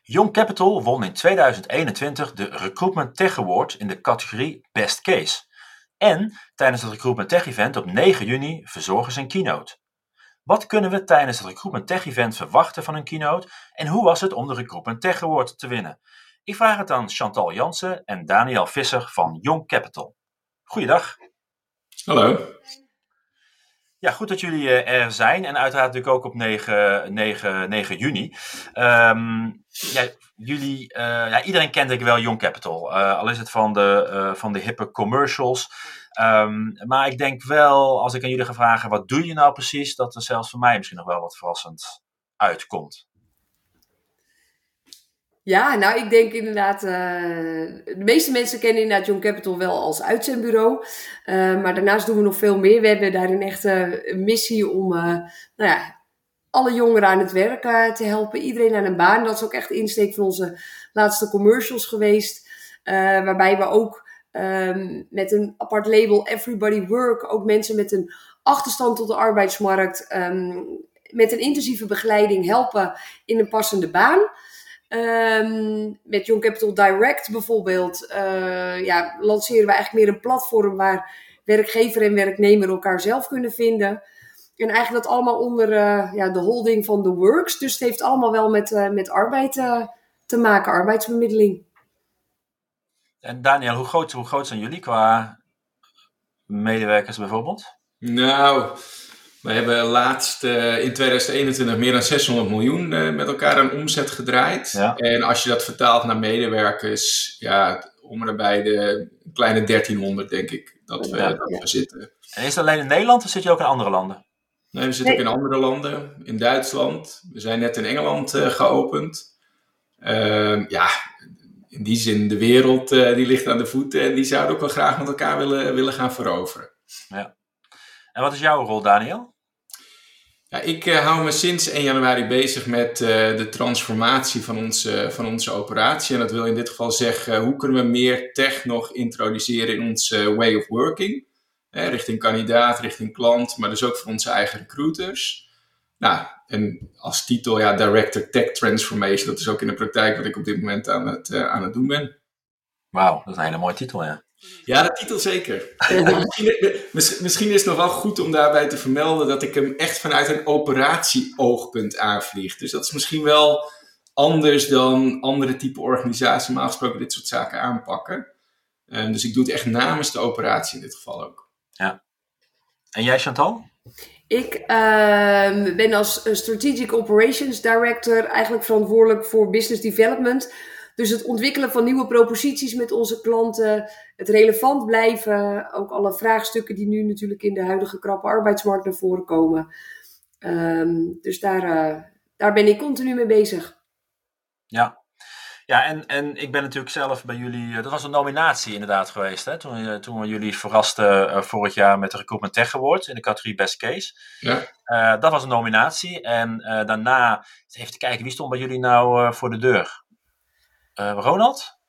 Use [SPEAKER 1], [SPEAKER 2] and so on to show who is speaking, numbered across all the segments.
[SPEAKER 1] Young Capital won in 2021 de Recruitment Tech Award in de categorie Best Case. En tijdens het Recruitment Tech Event op 9 juni verzorgen ze een keynote. Wat kunnen we tijdens het Recruitment Tech Event verwachten van een keynote en hoe was het om de Recruitment Tech Award te winnen? Ik vraag het aan Chantal Jansen en Daniel Visser van Young Capital. Goeiedag.
[SPEAKER 2] Hallo.
[SPEAKER 1] Ja, goed dat jullie er zijn en uiteraard natuurlijk ook op 9 juni. Iedereen kent ik wel Young Capital, al is het van de hippe commercials. Maar ik denk wel, als ik aan jullie ga vragen, wat doe je nou precies, dat er zelfs voor mij misschien nog wel wat verrassend uitkomt.
[SPEAKER 3] Ja, nou ik denk inderdaad, de meeste mensen kennen inderdaad Young Capital wel als uitzendbureau. Maar daarnaast doen we nog veel meer. We hebben daarin echt een missie om alle jongeren aan het werk te helpen. Iedereen aan een baan. Dat is ook echt de insteek van onze laatste commercials geweest. Waarbij we ook met een apart label Everybody Work ook mensen met een achterstand tot de arbeidsmarkt met een intensieve begeleiding helpen in een passende baan. Met Young Capital Direct bijvoorbeeld lanceren we eigenlijk meer een platform waar werkgever en werknemer elkaar zelf kunnen vinden. En eigenlijk dat allemaal onder de holding van The Works. Dus het heeft allemaal wel met arbeid te maken, arbeidsbemiddeling.
[SPEAKER 1] En Daniel, hoe groot zijn jullie qua medewerkers bijvoorbeeld?
[SPEAKER 2] Nou, we hebben laatst in 2021 meer dan 600 miljoen met elkaar aan omzet gedraaid. Ja. En als je dat vertaalt naar medewerkers, om en bij de kleine 1300 denk ik dat we zitten.
[SPEAKER 1] En is het alleen in Nederland of zit je ook in andere landen?
[SPEAKER 2] Nee, we zitten ook in andere landen. In Duitsland. We zijn net in Engeland geopend. In die zin, de wereld die ligt aan de voeten en die zouden ook wel graag met elkaar willen gaan veroveren.
[SPEAKER 1] Ja. En wat is jouw rol, Daniel?
[SPEAKER 2] Ja, ik hou me sinds 1 januari bezig met de transformatie van onze operatie. En dat wil in dit geval zeggen, hoe kunnen we meer tech nog introduceren in onze way of working? Richting kandidaat, richting klant, maar dus ook voor onze eigen recruiters. Nou, en als titel, Director Tech Transformation. Dat is ook in de praktijk wat ik op dit moment aan het doen ben.
[SPEAKER 1] Wauw, dat is een hele mooie titel, ja.
[SPEAKER 2] Ja, de titel zeker. Misschien is het nog wel goed om daarbij te vermelden dat ik hem echt vanuit een operatieoogpunt aanvlieg. Dus dat is misschien wel anders dan andere type organisaties normaal gesproken dit soort zaken aanpakken. Dus ik doe het echt namens de operatie in dit geval ook.
[SPEAKER 1] Ja. En jij, Chantal?
[SPEAKER 3] Ik ben als Strategic Operations Director eigenlijk verantwoordelijk voor business development. Dus het ontwikkelen van nieuwe proposities met onze klanten, het relevant blijven, ook alle vraagstukken die nu natuurlijk in de huidige krappe arbeidsmarkt naar voren komen. Dus daar ben ik continu mee bezig.
[SPEAKER 1] Ja. Ja, en ik ben natuurlijk zelf bij jullie, dat was een nominatie inderdaad geweest, hè? Toen we jullie verrasten vorig jaar met de Recruitment Tech Award in de categorie Best Case.
[SPEAKER 2] Ja.
[SPEAKER 1] Dat was een nominatie en daarna, even te kijken, wie stond bij jullie nou voor de deur? Ronald?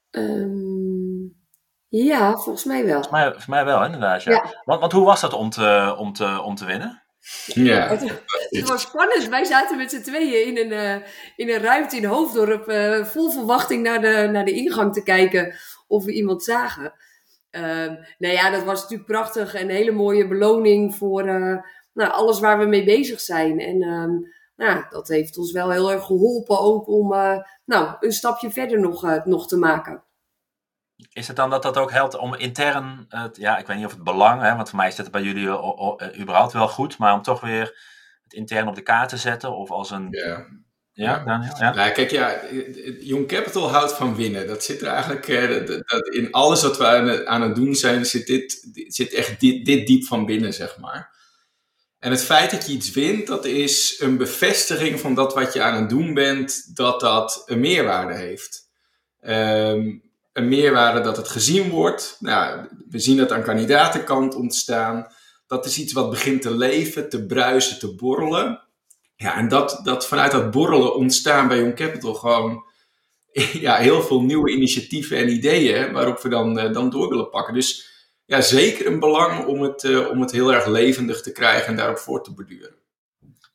[SPEAKER 3] Ja, volgens mij wel.
[SPEAKER 1] Volgens mij wel, inderdaad. Ja. Want hoe was dat om te winnen?
[SPEAKER 2] Ja.
[SPEAKER 3] Het was spannend. Wij zaten met z'n tweeën in een ruimte in Hoofddorp, vol verwachting naar de ingang te kijken of we iemand zagen. Dat was natuurlijk prachtig en een hele mooie beloning voor alles waar we mee bezig zijn. En dat heeft ons wel heel erg geholpen ook om een stapje verder nog te maken.
[SPEAKER 1] Is het dan dat ook helpt om intern, ik weet niet of het belang, hè, want voor mij is het bij jullie überhaupt wel goed, maar om toch weer het intern op de kaart te zetten of als een... Ja, Daniel? Ja?
[SPEAKER 2] Nou, kijk, Young Capital houdt van winnen. Dat zit er eigenlijk, in alles wat we aan het doen zijn, zit echt dit diep van binnen, zeg maar. En het feit dat je iets wint, dat is een bevestiging van dat wat je aan het doen bent, dat een meerwaarde heeft. Een meerwaarde dat het gezien wordt. Nou, we zien dat aan kandidatenkant ontstaan. Dat is iets wat begint te leven, te bruisen, te borrelen. Ja, en dat vanuit dat borrelen ontstaan bij Young Capital gewoon heel veel nieuwe initiatieven en ideeën waarop we dan door willen pakken. Dus zeker een belang om het heel erg levendig te krijgen en daarop voor te borduren.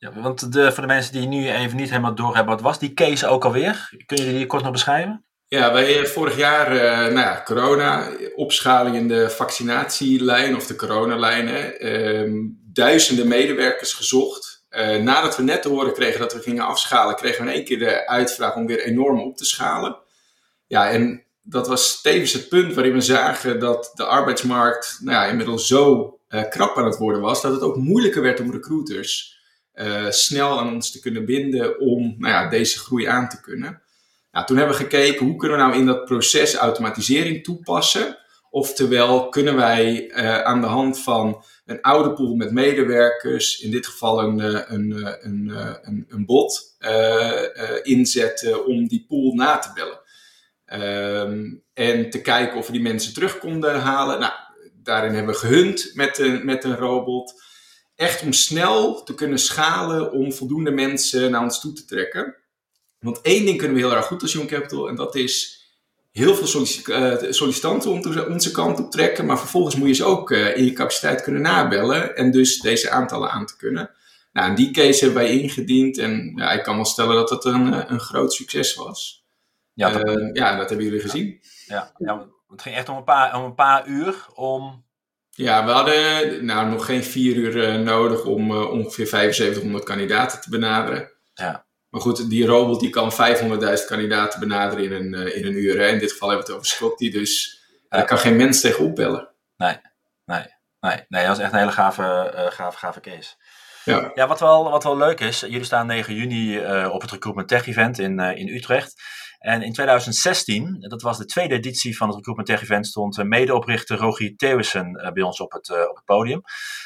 [SPEAKER 1] Ja, want voor de mensen die nu even niet helemaal doorhebben, wat was die case ook alweer? Kunnen jullie die kort nog beschrijven?
[SPEAKER 2] Ja, wij vorig jaar, corona, opschaling in de vaccinatielijn of de coronalijnen. Duizenden medewerkers gezocht. Nadat we net te horen kregen dat we gingen afschalen, kregen we in één keer de uitvraag om weer enorm op te schalen. Ja, en dat was tevens het punt waarin we zagen dat de arbeidsmarkt inmiddels zo krap aan het worden was, dat het ook moeilijker werd om recruiters snel aan ons te kunnen binden om deze groei aan te kunnen. Nou, toen hebben we gekeken, hoe kunnen we nou in dat proces automatisering toepassen? Oftewel, kunnen wij aan de hand van een oude pool met medewerkers, in dit geval een bot, inzetten om die pool na te bellen. En te kijken of we die mensen terug konden halen. Nou, daarin hebben we gehunt met een robot. Echt om snel te kunnen schalen om voldoende mensen naar ons toe te trekken. Want één ding kunnen we heel erg goed als Young Capital. En dat is heel veel sollicitanten onze kant op trekken. Maar vervolgens moet je ze ook in je capaciteit kunnen nabellen. En dus deze aantallen aan te kunnen. Nou, en die case hebben wij ingediend. En ik kan wel stellen dat het een groot succes was. Ja, dat hebben jullie gezien.
[SPEAKER 1] Ja, het ging echt om een paar uur om...
[SPEAKER 2] Ja, we hadden nog geen 4 uur nodig om ongeveer 7500 kandidaten te benaderen.
[SPEAKER 1] Ja.
[SPEAKER 2] Maar goed, die robot die kan 500.000 kandidaten benaderen in een uur. Hè. In dit geval hebben we het over Scotty, dus daar kan geen mens tegen opbellen.
[SPEAKER 1] Nee, dat is echt een hele gave case.
[SPEAKER 2] Ja,
[SPEAKER 1] wat wel leuk is, jullie staan 9 juni op het Recruitment Tech Event in Utrecht. En in 2016, dat was de tweede editie van het Recruitment Tech Event, stond medeoprichter Rogier Thewissen bij ons op het podium.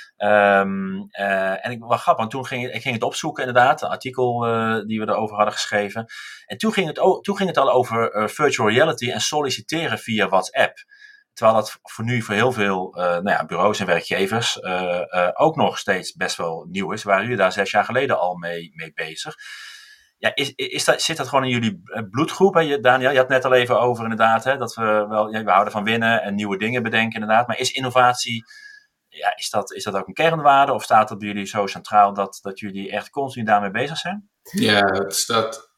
[SPEAKER 1] En ik was grappig, want ik ging het opzoeken inderdaad, een artikel die we erover hadden geschreven. En toen ging het al over virtual reality en solliciteren via WhatsApp. Terwijl dat voor heel veel bureaus en werkgevers ook nog steeds best wel nieuw is. Waren jullie daar 6 jaar geleden al mee bezig? Ja, zit dat gewoon in jullie bloedgroep? Hè? Daniel, je had het net al even over inderdaad, hè, dat we houden van winnen en nieuwe dingen bedenken inderdaad. Maar is innovatie, is dat ook een kernwaarde? Of staat dat bij jullie zo centraal dat jullie echt continu daarmee bezig zijn?
[SPEAKER 2] Ja, het staat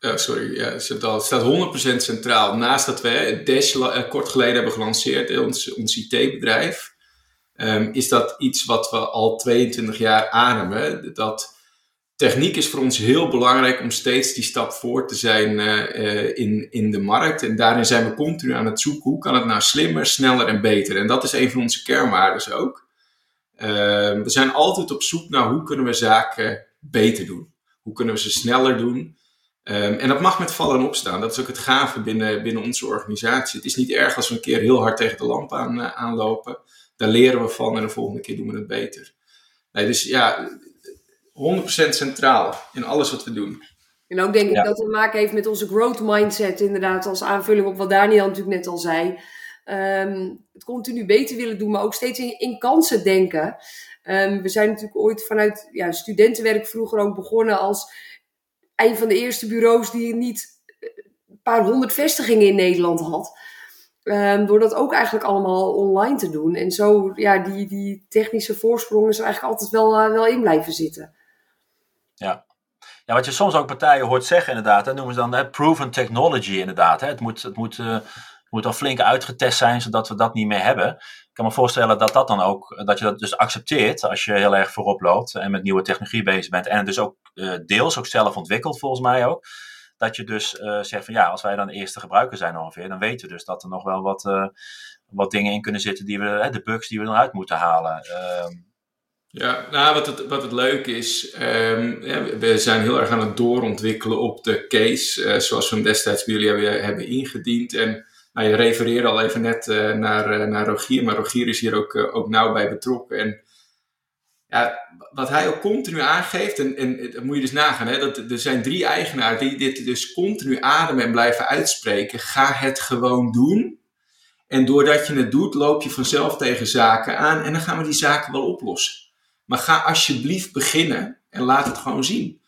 [SPEAKER 2] 100% centraal. Naast dat we Dash kort geleden hebben gelanceerd, ons IT-bedrijf, is dat iets wat we al 22 jaar ademen. Dat techniek is voor ons heel belangrijk om steeds die stap voor te zijn in de markt. En daarin zijn we continu aan het zoeken, hoe kan het nou slimmer, sneller en beter? En dat is een van onze kernwaarden ook. We zijn altijd op zoek naar hoe kunnen we zaken beter doen. Hoe kunnen we ze sneller doen? En dat mag met vallen en opstaan. Dat is ook het gave binnen onze organisatie. Het is niet erg als we een keer heel hard tegen de lamp aanlopen. Daar leren we van en de volgende keer doen we het beter. Nee, dus ja, 100% centraal in alles wat we doen.
[SPEAKER 3] En ook denk ik dat het te maken heeft met onze growth mindset, inderdaad, als aanvulling op wat Daniel natuurlijk net al zei. Het continu beter willen doen, maar ook steeds in kansen denken. We zijn natuurlijk ooit vanuit studentenwerk vroeger ook begonnen als een van de eerste bureaus die niet een paar 100 vestigingen in Nederland had. Door dat ook eigenlijk allemaal online te doen. En zo, die technische voorsprong is er eigenlijk altijd wel in blijven zitten.
[SPEAKER 1] Ja, wat je soms ook partijen hoort zeggen inderdaad, dat noemen ze dan proven technology inderdaad. Hè. Het moet al flink uitgetest zijn, zodat we dat niet meer hebben. Ik kan me voorstellen dat je dat dus accepteert als je heel erg voorop loopt en met nieuwe technologie bezig bent. En dus ook deels ook zelf ontwikkelt volgens mij ook. Dat je dus zegt van als wij dan de eerste gebruiker zijn ongeveer, dan weten we dus dat er nog wel wat dingen in kunnen zitten, de bugs die we eruit moeten halen.
[SPEAKER 2] Wat het leuke is, we zijn heel erg aan het doorontwikkelen op de case, zoals we hem destijds bij jullie hebben ingediend. En je refereerde al even net naar Rogier, maar Rogier is hier ook nauw bij betrokken. En wat hij ook continu aangeeft, en dat moet je dus nagaan, hè, dat er zijn 3 eigenaren die dit dus continu ademen en blijven uitspreken. Ga het gewoon doen. En doordat je het doet, loop je vanzelf tegen zaken aan en dan gaan we die zaken wel oplossen. Maar ga alsjeblieft beginnen en laat het gewoon zien.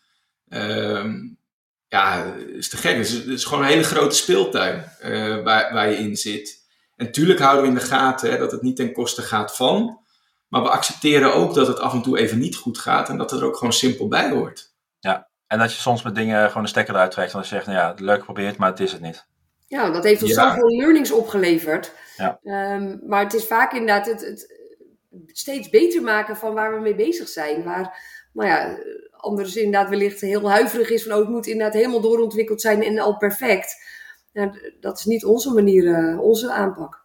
[SPEAKER 2] Het is te gek. Het is gewoon een hele grote speeltuin waar je in zit. En natuurlijk houden we in de gaten dat het niet ten koste gaat van. Maar we accepteren ook dat het af en toe even niet goed gaat. En dat het er ook gewoon simpel bij hoort.
[SPEAKER 1] Ja, en dat je soms met dingen gewoon een stekker eruit trekt en dan zegt, nou ja, leuk geprobeerd, maar het is het niet.
[SPEAKER 3] Ja, dat heeft ons
[SPEAKER 2] Ja.
[SPEAKER 3] zoveel learnings opgeleverd.
[SPEAKER 1] Ja.
[SPEAKER 3] Maar het is vaak inderdaad het steeds beter maken van waar we mee bezig zijn. Waar, nou ja, anders inderdaad wellicht heel huiverig is van, het moet inderdaad helemaal doorontwikkeld zijn en al perfect. Nou, dat is niet onze manier, onze aanpak.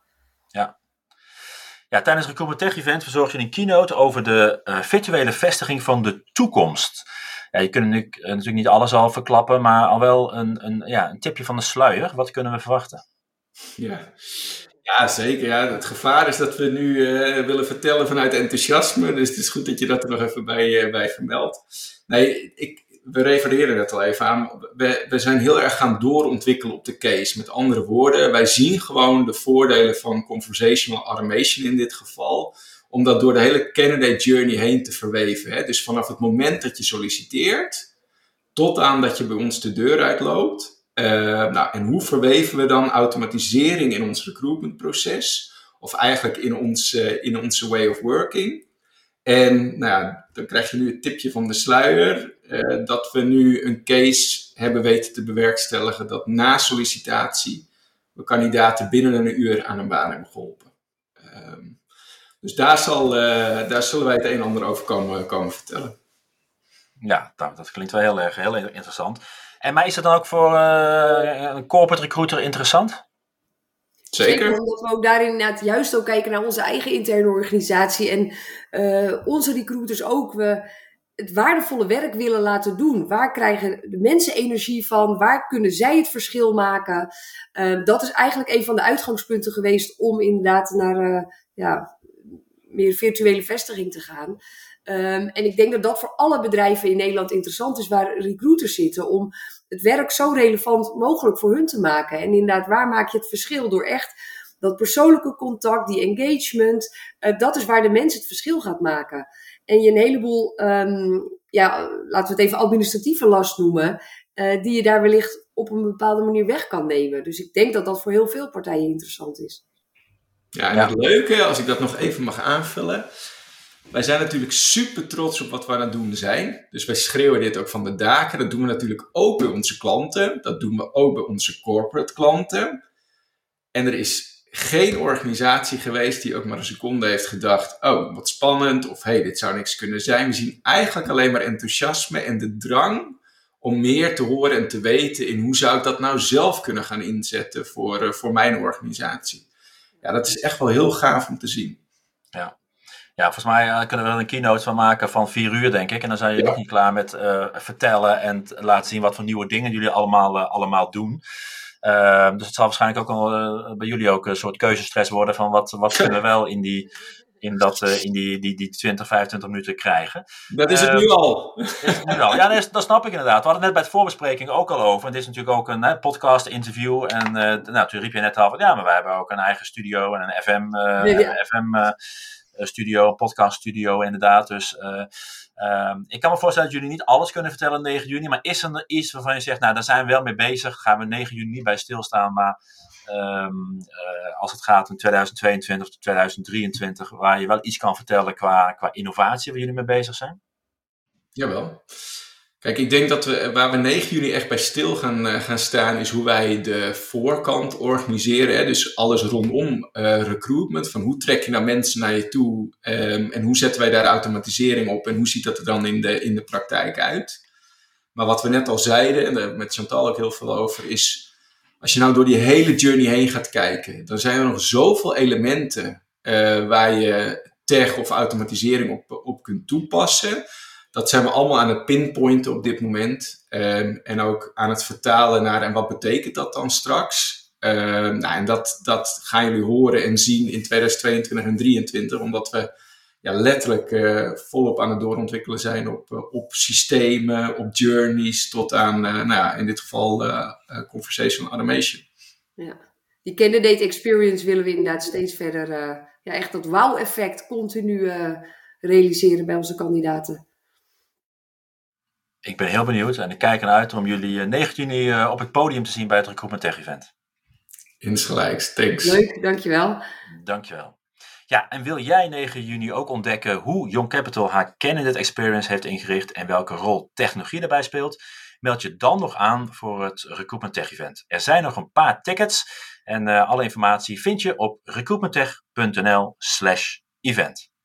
[SPEAKER 1] Ja, tijdens het Recruitment Tech Event verzorg je een keynote over de virtuele vestiging van de toekomst. Ja, je kunt natuurlijk niet alles al verklappen, maar al wel een tipje van de sluier. Wat kunnen we verwachten?
[SPEAKER 2] Ja, zeker. Ja. Het gevaar is dat we nu willen vertellen vanuit enthousiasme. Dus het is goed dat je dat er nog even bij vermeldt. Nee, we refereren dat al even aan. We zijn heel erg gaan doorontwikkelen op de case. Met andere woorden, wij zien gewoon de voordelen van conversational automation in dit geval. Om dat door de hele candidate journey heen te verweven. Hè? Dus vanaf het moment dat je solliciteert, tot aan dat je bij ons de deur uitloopt. En hoe verweven we dan automatisering in ons recruitmentproces? Of eigenlijk in onze way of working? En dan krijg je nu het tipje van de sluier. Dat we nu een case hebben weten te bewerkstelligen dat na sollicitatie we kandidaten binnen een uur aan een baan hebben geholpen. Dus daar zullen wij het een en ander over komen vertellen.
[SPEAKER 1] Ja, dat klinkt wel heel interessant. Maar is het dan ook voor een corporate recruiter interessant?
[SPEAKER 2] Zeker.
[SPEAKER 3] Omdat we ook daarin inderdaad juist ook kijken naar onze eigen interne organisatie. En onze recruiters ook het waardevolle werk willen laten doen. Waar krijgen de mensen energie van? Waar kunnen zij het verschil maken? Dat is eigenlijk een van de uitgangspunten geweest om inderdaad naar meer virtuele vestiging te gaan. En ik denk dat dat voor alle bedrijven in Nederland interessant is waar recruiters zitten. Om het werk zo relevant mogelijk voor hun te maken. En inderdaad, waar maak je het verschil? Door echt dat persoonlijke contact, die engagement. Dat is waar de mens het verschil gaat maken. En je een heleboel, laten we het even administratieve last noemen. Die je daar wellicht op een bepaalde manier weg kan nemen. Dus ik denk dat dat voor heel veel partijen interessant is.
[SPEAKER 2] Ja, en het leuke, als ik dat nog even mag aanvullen. Wij zijn natuurlijk super trots op wat we aan het doen zijn. Dus wij schreeuwen dit ook van de daken. Dat doen we natuurlijk ook bij onze klanten. Dat doen we ook bij onze corporate klanten. En er is geen organisatie geweest die ook maar een seconde heeft gedacht, oh, wat spannend, of hey, dit zou niks kunnen zijn. We zien eigenlijk alleen maar enthousiasme en de drang om meer te horen en te weten in hoe zou ik dat nou zelf kunnen gaan inzetten voor mijn organisatie. Ja, dat is echt wel heel gaaf om te zien.
[SPEAKER 1] Ja, volgens mij kunnen we er een keynote van maken van 4 uur, denk ik. En dan zijn jullie nog niet klaar met vertellen en laten zien wat voor nieuwe dingen jullie allemaal doen. Dus het zal waarschijnlijk ook al bij jullie ook een soort keuzestress worden van wat kunnen we wel in die 20, 25 minuten krijgen.
[SPEAKER 2] Dat is het nu al.
[SPEAKER 1] Ja, dat snap ik inderdaad. We hadden het net bij het voorbespreking ook al over. Het is natuurlijk ook een podcast-interview. En toen riep je net al van, ja, maar wij hebben ook een eigen studio en een FM-studio, een podcaststudio inderdaad. Dus ik kan me voorstellen dat jullie niet alles kunnen vertellen 9 juni. Maar is er iets waarvan je zegt, nou, daar zijn we wel mee bezig. Gaan we 9 juni niet bij stilstaan, maar als het gaat in 2022 of 2023, waar je wel iets kan vertellen qua innovatie waar jullie mee bezig zijn?
[SPEAKER 2] Jawel. Kijk, ik denk dat waar we 9 juni echt bij stil gaan staan, is hoe wij de voorkant organiseren. Hè? Dus alles rondom recruitment. Van hoe trek je nou mensen naar je toe en hoe zetten wij daar automatisering op en hoe ziet dat er dan in de praktijk uit. Maar wat we net al zeiden, en daar hebben we met Chantal ook heel veel over, is als je nou door die hele journey heen gaat kijken, dan zijn er nog zoveel elementen waar je tech of automatisering op kunt toepassen. Dat zijn we allemaal aan het pinpointen op dit moment. En ook aan het vertalen naar en wat betekent dat dan straks. En dat gaan jullie horen en zien in 2022 en 2023. Omdat we letterlijk volop aan het doorontwikkelen zijn op systemen, op journeys, tot aan in dit geval conversational automation.
[SPEAKER 3] Ja, die candidate experience willen we inderdaad steeds verder, echt dat wow-effect continu realiseren bij onze kandidaten.
[SPEAKER 1] Ik ben heel benieuwd en ik kijk ernaar uit om jullie 9 juni op het podium te zien bij het Recruitment Tech Event.
[SPEAKER 2] Insgelijks, thanks.
[SPEAKER 3] Leuk, dankjewel.
[SPEAKER 1] Dankjewel. Ja, en wil jij 9 juni ook ontdekken hoe Young Capital haar Candidate Experience heeft ingericht en welke rol technologie daarbij speelt? Meld je dan nog aan voor het Recruitment Tech Event. Er zijn nog een paar tickets en alle informatie vind je op recruitmenttech.nl/event.